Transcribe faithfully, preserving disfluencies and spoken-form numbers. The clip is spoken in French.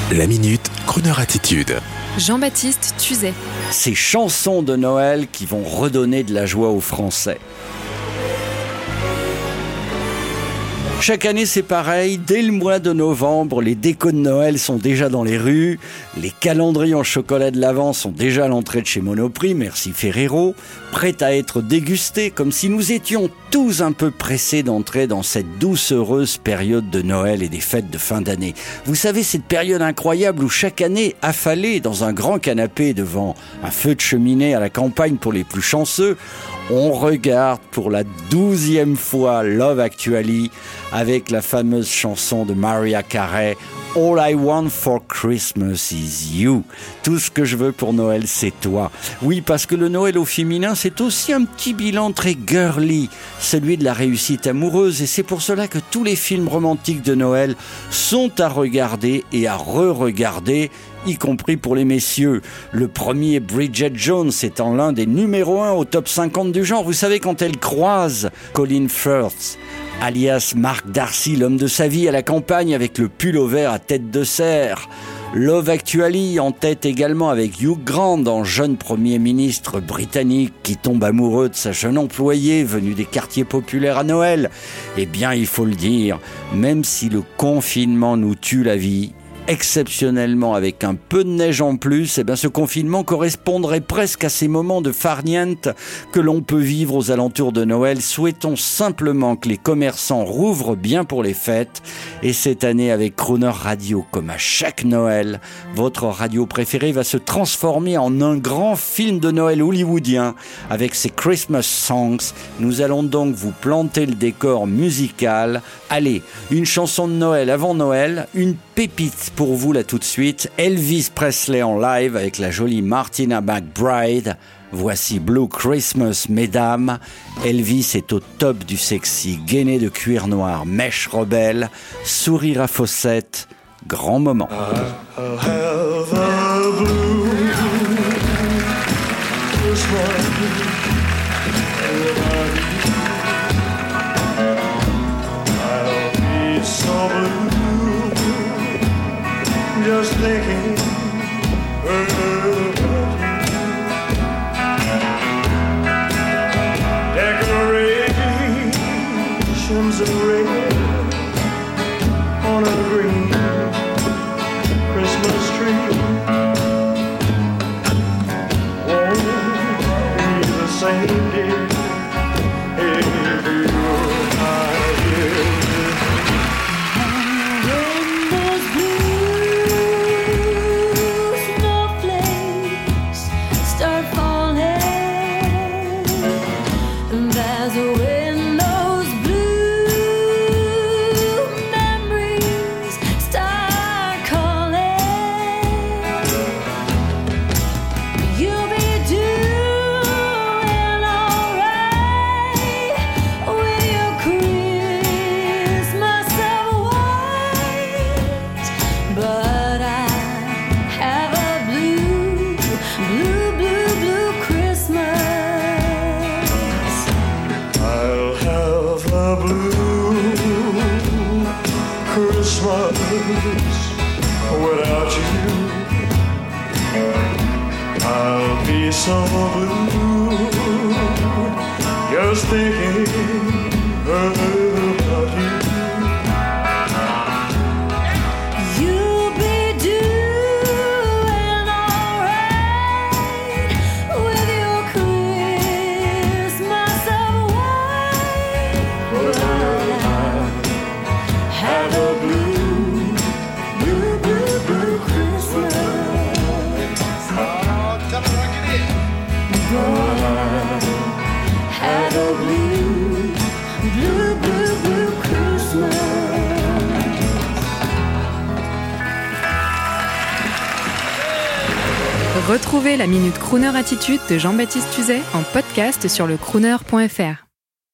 La Minute Crooner Attitude. Jean-Baptiste Tuzet. Ces chansons de Noël qui vont redonner de la joie aux Français. Chaque année, c'est pareil. Dès le mois de novembre, les décos de Noël sont déjà dans les rues. Les calendriers en chocolat de l'Avent sont déjà à l'entrée de chez Monoprix, merci Ferrero, prêts à être dégustés, comme si nous étions tous un peu pressés d'entrer dans cette douce, heureuse période de Noël et des fêtes de fin d'année. Vous savez, cette période incroyable où chaque année, affalé dans un grand canapé devant un feu de cheminée à la campagne pour les plus chanceux, on regarde pour la douzième fois Love Actually avec la fameuse chanson de Mariah Carey, All I Want for Christmas is You. Tout ce que je veux pour Noël, c'est toi. Oui, parce que le Noël au féminin, c'est aussi un petit bilan très girly, celui de la réussite amoureuse. Et c'est pour cela que tous les films romantiques de Noël sont à regarder et à re-regarder, y compris pour les messieurs. Le premier, Bridget Jones, étant l'un des numéros un au top cinquante du genre. Vous savez, quand elle croise Colin Firth, alias Mark Darcy, l'homme de sa vie à la campagne avec le pull au vert à tête de cerf. Love Actually en tête également avec Hugh Grant, en jeune premier ministre britannique qui tombe amoureux de sa jeune employée venue des quartiers populaires à Noël. Eh bien, il faut le dire, même si le confinement nous tue la vie, exceptionnellement avec un peu de neige en plus, eh bien ce confinement correspondrait presque à ces moments de farniente que l'on peut vivre aux alentours de Noël. Souhaitons simplement que les commerçants rouvrent bien pour les fêtes. Et cette année, avec Crooner Radio, comme à chaque Noël, votre radio préférée va se transformer en un grand film de Noël hollywoodien avec ses Christmas songs. Nous allons donc vous planter le décor musical. Allez, une chanson de Noël avant Noël, une pépite pour vous là tout de suite, Elvis Presley en live avec la jolie Martina McBride. Voici Blue Christmas, mesdames. Elvis est au top du sexy, gainé de cuir noir, mèche rebelle, sourire à fossettes, grand moment. I'll have a blue Christmas. I'll be so blue just thinking about you. Decorations of red on a green Christmas tree won't be the same, dear, if you're not here. When those blue snowflakes start falling, there's a wind, those blue memories start calling. You'll be doing alright with your Christmas of white, but I have a blue, blue, blue, blue Christmas. I'll have a blue Christmas without you. I'll be so blue just thinking about you. You'll be doing alright with your Christmas of white, but I have a blue, blue, blue, blue Christmas. But I have a blue, blue, blue, blue Christmas. Retrouvez la Minute Crooner Attitude de Jean-Baptiste Tuzet en podcast sur le crooner point f r.